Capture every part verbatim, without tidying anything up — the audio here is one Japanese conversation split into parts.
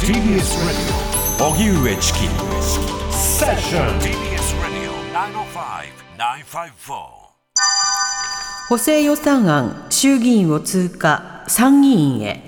ティービーエス ラジオ荻上チキセッション ティービーエス ラジオきゅうまるご、きゅうごよん。 補正予算案衆議院を通過、参議院へ。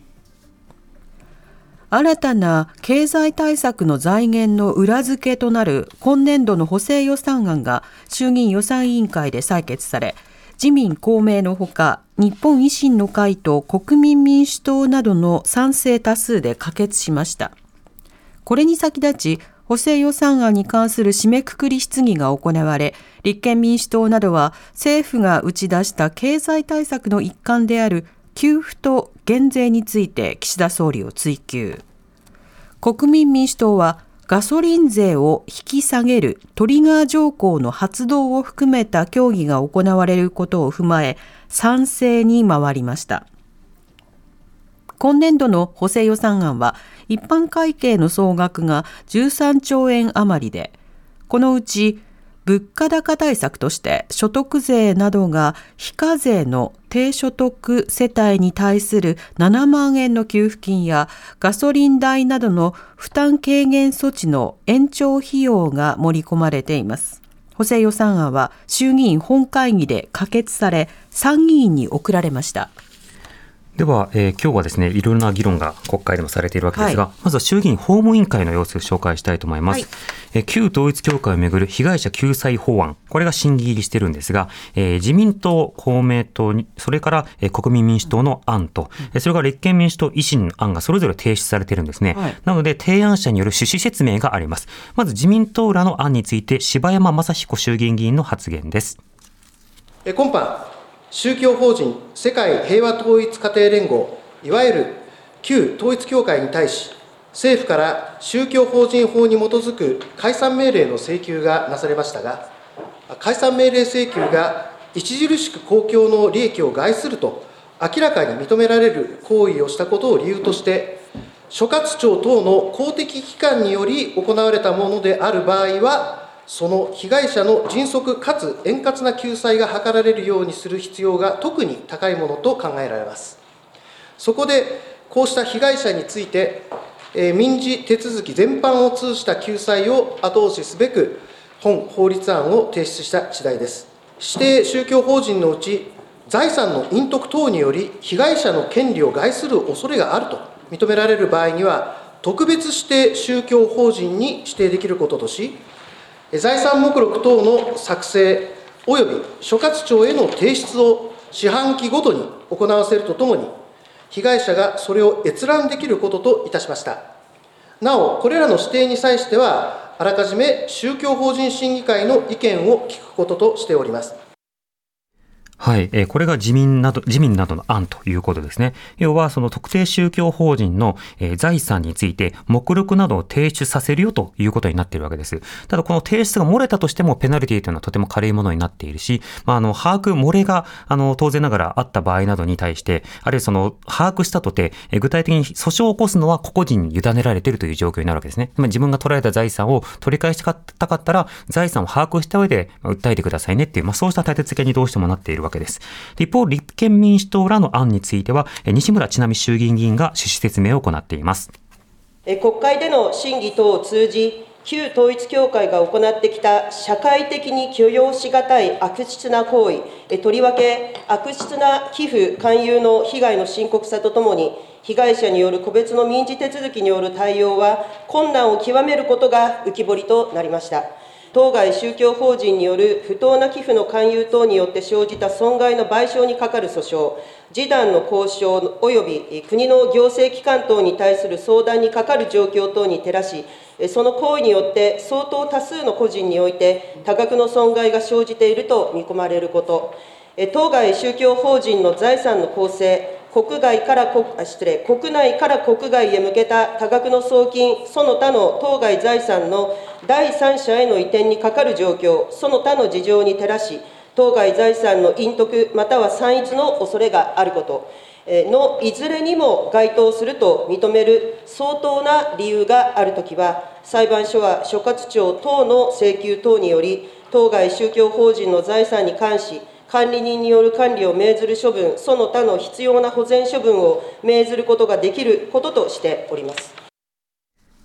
新たな経済対策の財源の裏付けとなる今年度の補正予算案が衆議院予算委員会で採決され、自民公明のほか日本維新の会と国民民主党などの賛成多数で可決しました。これに先立ち補正予算案に関する締めくくり質疑が行われ、立憲民主党などは政府が打ち出した経済対策の一環である給付と減税について岸田総理を追及。国民民主党はガソリン税を引き下げるトリガー条項の発動を含めた協議が行われることを踏まえ賛成に回りました。今年度の補正予算案は一般会計の総額がじゅうさんちょうえん余りで、このうち物価高対策として所得税などが非課税の低所得世帯に対するななまんえんの給付金やガソリン代などの負担軽減措置の延長費用が盛り込まれています。補正予算案は衆議院本会議で可決され、参議院に送られました。 では、えー、今日はですね、いろいろな議論が国会でもされているわけですが、はい、まずは衆議院法務委員会の様子を紹介したいと思います。はい、えー、旧統一教会をめぐる被害者救済法案、これが審議入りしてるんですが、えー、自民党、公明党に、それから、えー、国民民主党の案と、うん、それから立憲民主党、維新の案がそれぞれ提出されているんですね。はい、なので、提案者による趣旨説明があります。まず自民党らの案について、柴山正彦衆議院議員の発言です。 えー、今般宗教法人世界平和統一家庭連合、いわゆる旧統一教会に対し、政府から宗教法人法に基づく解散命令の請求がなされましたが、解散命令請求が著しく公共の利益を害すると明らかに認められる行為をしたことを理由として、所轄庁等の公的機関により行われたものである場合は、その被害者の迅速かつ円滑な救済が図られるようにする必要が特に高いものと考えられます。そこで、こうした被害者について、えー、民事手続き全般を通じた救済を後押しすべく、本法律案を提出した次第です。指定宗教法人のうち、財産の隠匿等により、被害者の権利を害する恐れがあると認められる場合には、特別指定宗教法人に指定できることとし、財産目録等の作成および所轄庁への提出を四半期ごとに行わせるとともに、被害者がそれを閲覧できることといたしました。なお、これらの指定に際しては、あらかじめ宗教法人審議会の意見を聞くこととしております。 はい、えー、これが自民など、自民などの案ということですね。要は、その特定宗教法人の、えー、財産について、目録などを提出させるよということになっているわけです。ただ、この提出が漏れたとしても、ペナルティというのはとても軽いものになっているし、まあ、あの、把握、漏れが、あの、当然ながらあった場合などに対して、あるいはその、把握したとて、えー、具体的に訴訟を起こすのは個々人に委ねられているという状況になるわけですね。まあ、自分が取られた財産を取り返したかったら、財産を把握した上で、まあ、訴えてくださいねっていう、まあ、そうした立て付けにどうしてもなっているわけです。一方、立憲民主党らの案については、西村智奈美衆議院議員が趣旨説明を行っています。 国会での審議等を通じ、旧統一教会が行ってきた社会的に許容しがたい悪質な行為、とりわけ悪質な寄付勧誘の被害の深刻さとともに、被害者による個別の民事手続きによる対応は困難を極めることが浮き彫りとなりました。当該宗教法人による不当な寄付の勧誘等によって生じた損害の賠償に係る訴訟、示談の交渉及び国の行政機関等に対する相談に係る状況等に照らし、その行為によって相当多数の個人において多額の損害が生じていると見込まれること、当該宗教法人の財産の構成、国外から国、失礼、国内から国外へ向けた多額の送金、その他の当該財産の第三者への移転に係る状況、その他の事情に照らし、当該財産の隠匿または散逸の恐れがあることのいずれにも該当すると認める相当な理由があるときは、裁判所は所轄庁等の請求等により、当該宗教法人の財産に関し、管理人による管理を命ずる処分、その他の必要な保全処分を命ずることができることとしております。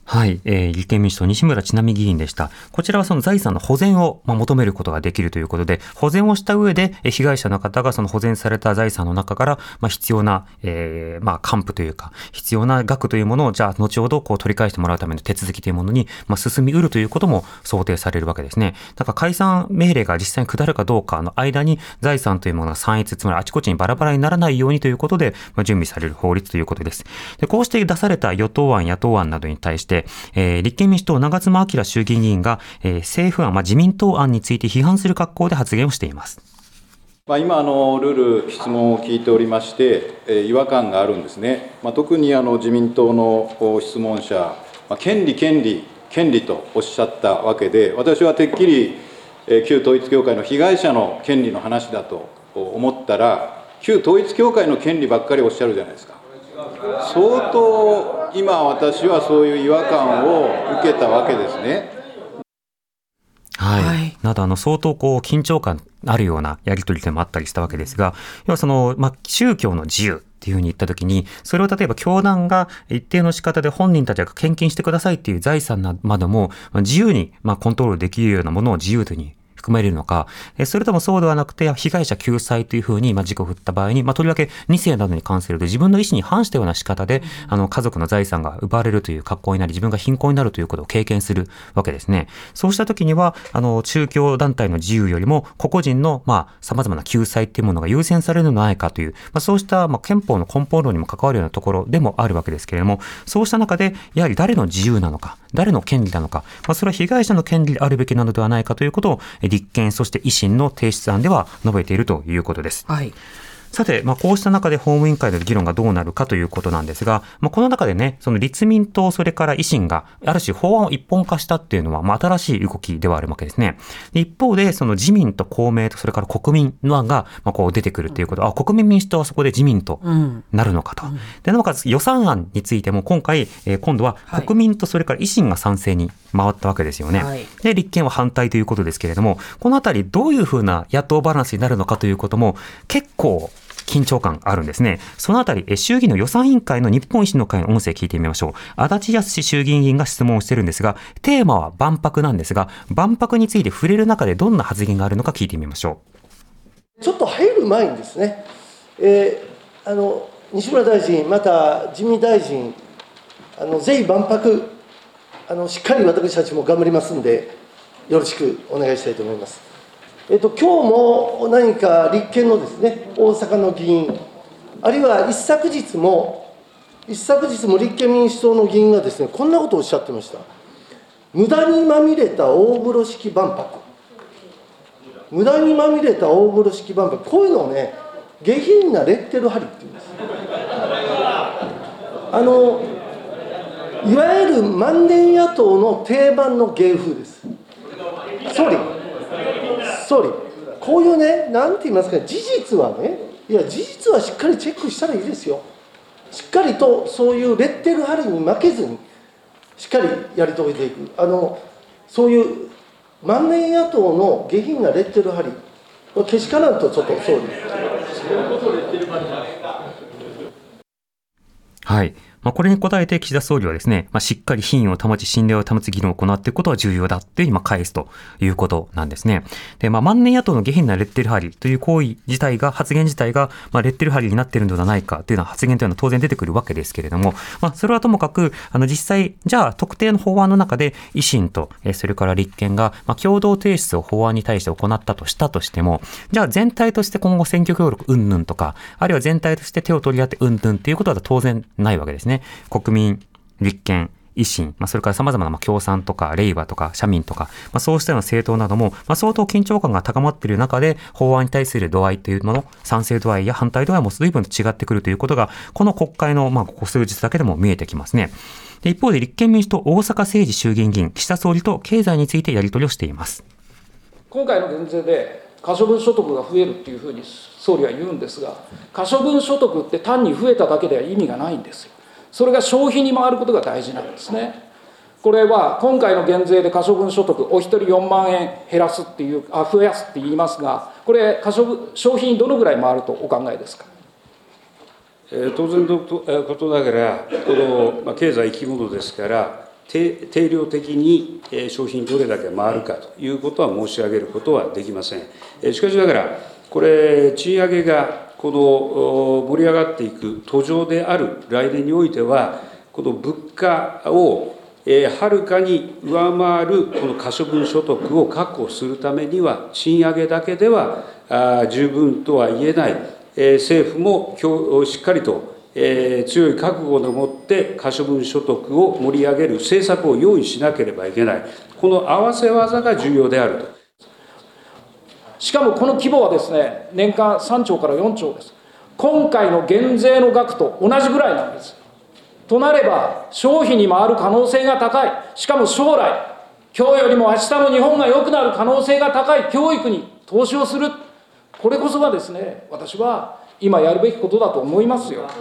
はい、えー、立憲民主党西村智奈美議員でした。こちらはその財産の保全を、まあ、求めることができるということで、保全をした上で、えー、被害者の方がその保全された財産の中から、まあ、必要な、えー、まあ、還付というか、必要な額というものを、じゃあ、後ほどこう取り返してもらうための手続きというものに、まあ、進みうるということも想定されるわけですね。だから解散命令が実際に下るかどうかの間に、財産というものが散逸、つまりあちこちにバラバラにならないようにということで、まあ、準備される法律ということです。で、こうして出された与党案、野党案などに対して、えー、立憲民主党長妻昭衆議院議員が、えー、政府案、まあ、自民党案について批判する格好で発言をしています。 まあ、今あのルール質問を聞いておりまして、えー、違和感があるんですね。まあ、特にあの自民党の質問者、まあ、権利権利権利とおっしゃったわけで、私はてっきり、えー、旧統一教会の被害者の権利の話だと思ったら、旧統一教会の権利ばっかりおっしゃるじゃないですか。相当今私はそういう違和感を受けたわけですね。 はい、はい、などあの相当こう緊張感あるようなやり取りでもあったりしたわけですが、要はその、まあ、宗教の自由っていうふうに言ったときに、それを例えば教団が一定の仕方で本人たちが献金してくださいっていう財産なども自由にまあコントロールできるようなものを自由に含まれるのか、それともそうではなくて被害者救済というふうにまあ事故を振った場合に、まあ、とりわけに世などに関すると自分の意思に反したような仕方で、あの家族の財産が奪われるという格好になり、自分が貧困になるということを経験するわけですね。そうしたときにはあの宗教団体の自由よりも個々人のまあ様々な救済っていうものが優先されるのではないかという、まあ、そうしたまあ憲法の根本論にも関わるようなところでもあるわけですけれども、そうした中でやはり誰の自由なのか、誰の権利なのか、まあ、それは被害者の権利であるべきなのではないかということを立憲、そして維新の提出案では述べているということです。はい。さて、まあ、こうした中で法務委員会での議論がどうなるかということなんですが、まあ、この中でね、その立民とそれから維新がある種法案を一本化したっていうのは、まあ、新しい動きではあるわけですね。一方で、その自民と公明とそれから国民の案が、まあ、こう出てくるということ、あ、国民民主党はそこで自民となるのかと。うんうん、で、なおかつ予算案についても今回、えー、今度は国民とそれから維新が賛成に回ったわけですよね。はい、で、立憲は反対ということですけれども、このあたりどういうふうな野党バランスになるのかということも結構緊張感あるんですね。そのあたり、衆議院の予算委員会の日本維新の会の音声聞いてみましょう。足立康衆議院議員が質問をしているんですが、テーマは万博なんですが、万博について触れる中でどんな発言があるのか聞いてみましょう。ちょっと入る前にですね、えー、あの西村大臣、また自民大臣、あのぜひ万博あのしっかり私たちも頑張りますんで、よろしくお願いしたいと思います。えっと、今日も何か立憲のですね、大阪の議員、あるいは一昨日も、一昨日も立憲民主党の議員がですね、こんなことをおっしゃってました。無駄にまみれた大風呂敷万博。無駄にまみれた大風呂敷万博。こういうのをね、下品なレッテル貼りっていうんです。あの、いわゆる万年野党の定番の芸風です。総理。総理、こういうね、なんて言いますか、事実はね、いや、事実はしっかりチェックしたらいいですよ。しっかりとそういうレッテル貼りに負けずに、しっかりやり遂げていく。あの、そういう万年野党の下品なレッテル貼り、これけしからんとちょっと総理。 はい。まあ、これに答えて岸田総理はですね、まあ、しっかり品位を保ち信頼を保つ議論を行っていくことは重要だっていう今返すということなんですね。で、まあ、万年野党の下品なレッテル貼りという行為自体が、発言自体が、まあ、レッテル貼りになっているのではないかというような発言というのは当然出てくるわけですけれども、まあ、それはともかく、あの、実際、じゃあ、特定の法案の中で維新と、えそれから立憲が、まあ、共同提出を法案に対して行ったとしたとしても、じゃあ、全体として今後選挙協力云々とか、あるいは全体として手を取り合って云々っていうことは当然ないわけですね。国民、立憲、維新、まあ、それから様々なまあ共産とか令和とか社民とか、まあ、そうしたような政党なども、まあ、相当緊張感が高まっている中で法案に対する度合いというもの、賛成度合いや反対度合いも随分と違ってくるということが、この国会のまあここ数日だけでも見えてきますね。で、一方で立憲民主党大阪誠二衆議院議員、岸田総理と経済についてやり取りをしています。 今回の減税で可処分所得が増えるっていうふうに総理は言うんですが、可処分所得って単に増えただけでは意味がないんですよ。それが消費に回ることが大事なんですね。これは今回の減税で可処分所得お一人よんまんえん減らすっていう、あ、増やすって言いますが、これ可処分消費にどのぐらい回るとお考えですか。 えー、当然のことながら、この、まあ、経済生き物ですから、 定量的に商品どれだけ回るかということは申し上げることはできません。しかしながら、これ、賃上げがこの盛り上がっていく途上である来年においては、この物価をはるかに上回るこの可処分所得を確保するためには、賃上げだけでは十分とは言えない、政府もしっかりと強い覚悟を持って可処分所得を盛り上げる政策を用意しなければいけない、この合わせ技が重要であると。 しかもこの規模はですね、年間さんちょうからよんちょうです。今回の減税の額と同じぐらいなんです。となれば、消費に回る可能性が高い、しかも将来、今日よりも明日の日本が良くなる可能性が高い教育に投資をする、これこそがですね、私は今やるべきことだと思いますよ。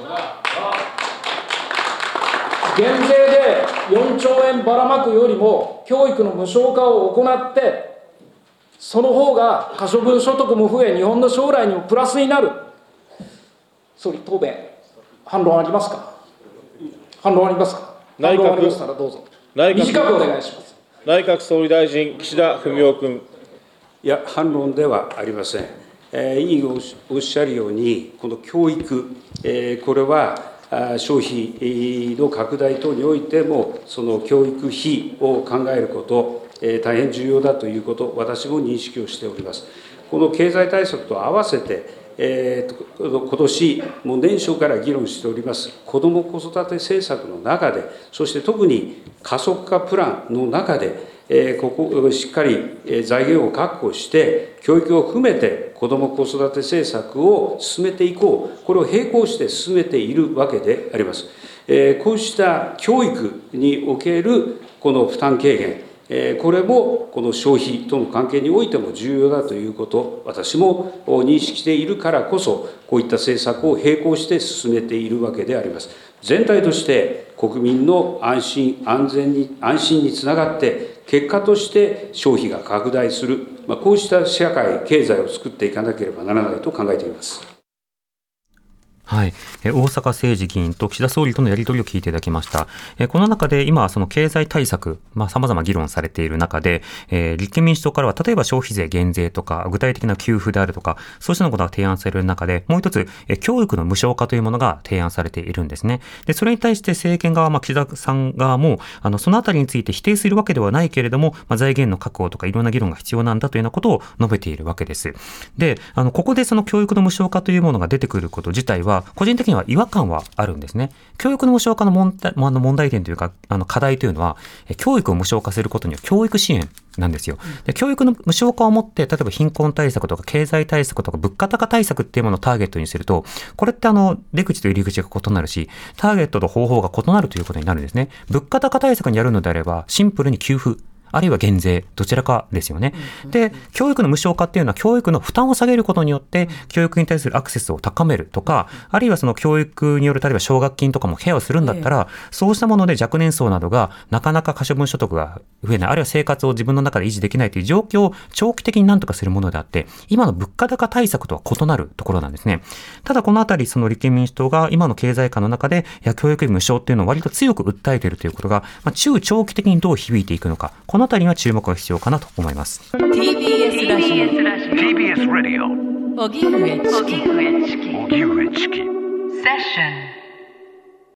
減税でよんちょうえんばらまくよりも、教育の無償化を行って、その方が可処分所得も増え、日本の将来にもプラスになる。総理、答弁、反論ありますか。反論ありますか。 内閣反論ありましたらどうぞ。 内閣短くお願いします。 内閣総理大臣、岸田文雄君。 いや、反論ではありません。えー、委員がおっしゃるように、この教育、えー、これは消費の拡大等においても、その教育費を考えること、えー、大変重要だということ、私も認識をしております。この経済対策と合わせて、えー、今年、もう年初から議論しております、子ども・子育て政策の中で、そして特に加速化プランの中で、えー、ここしっかり財源を確保して、教育を含めて子ども・子育て政策を進めていこう、これを並行して進めているわけであります。えー、こうした教育におけるこの負担軽減、これもこの消費との関係においても重要だということ、私も認識しているからこそ、こういった政策を並行して進めているわけであります。全体として国民の安心・安全に、安心につながって、結果として消費が拡大する、こうした社会、経済を作っていかなければならないと考えています。 はい、え大阪誠二議員と岸田総理とのやり取りを聞いていただきました。えこの中で今その経済対策、まあ、様々議論されている中で、えー、立憲民主党からは例えば消費税減税とか具体的な給付であるとか、そうしたことが提案される中で、もう一つ、え教育の無償化というものが提案されているんですね。でそれに対して政権側、まあ、岸田さん側もあのそのあたりについて否定するわけではないけれども、まあ、財源の確保とかいろんな議論が必要なんだというようなことを述べているわけです。で、あのここでその教育の無償化というものが出てくること自体は個人的には違和感はあるんですね。教育の無償化の問題、あの問題点というか、あの課題というのは、教育を無償化することには教育支援なんですよ。で教育の無償化をもって、例えば貧困対策とか経済対策とか物価高対策っていうものをターゲットにすると、これってあの出口と入り口が異なるし、ターゲットと方法が異なるということになるんですね。物価高対策にやるのであれば、シンプルに給付、あるいは減税、どちらかですよね。で、教育の無償化っていうのは教育の負担を下げることによって教育に対するアクセスを高めるとか、あるいはその教育による例えば奨学金とかもケアをするんだったら、そうしたもので若年層などがなかなか可処分所得が増えない、あるいは生活を自分の中で維持できないという状況を長期的に何とかするものであって、今の物価高対策とは異なるところなんですね。ただこのあたり、その立憲民主党が今の経済下の中で、いや教育費無償っていうのを割と強く訴えているということが、まあ、中長期的にどう響いていくのか、このあたりには注目が必要かなと思います。 ティービーエス ラジオ ティービーエス ラジオ荻上チキ荻上チキセッション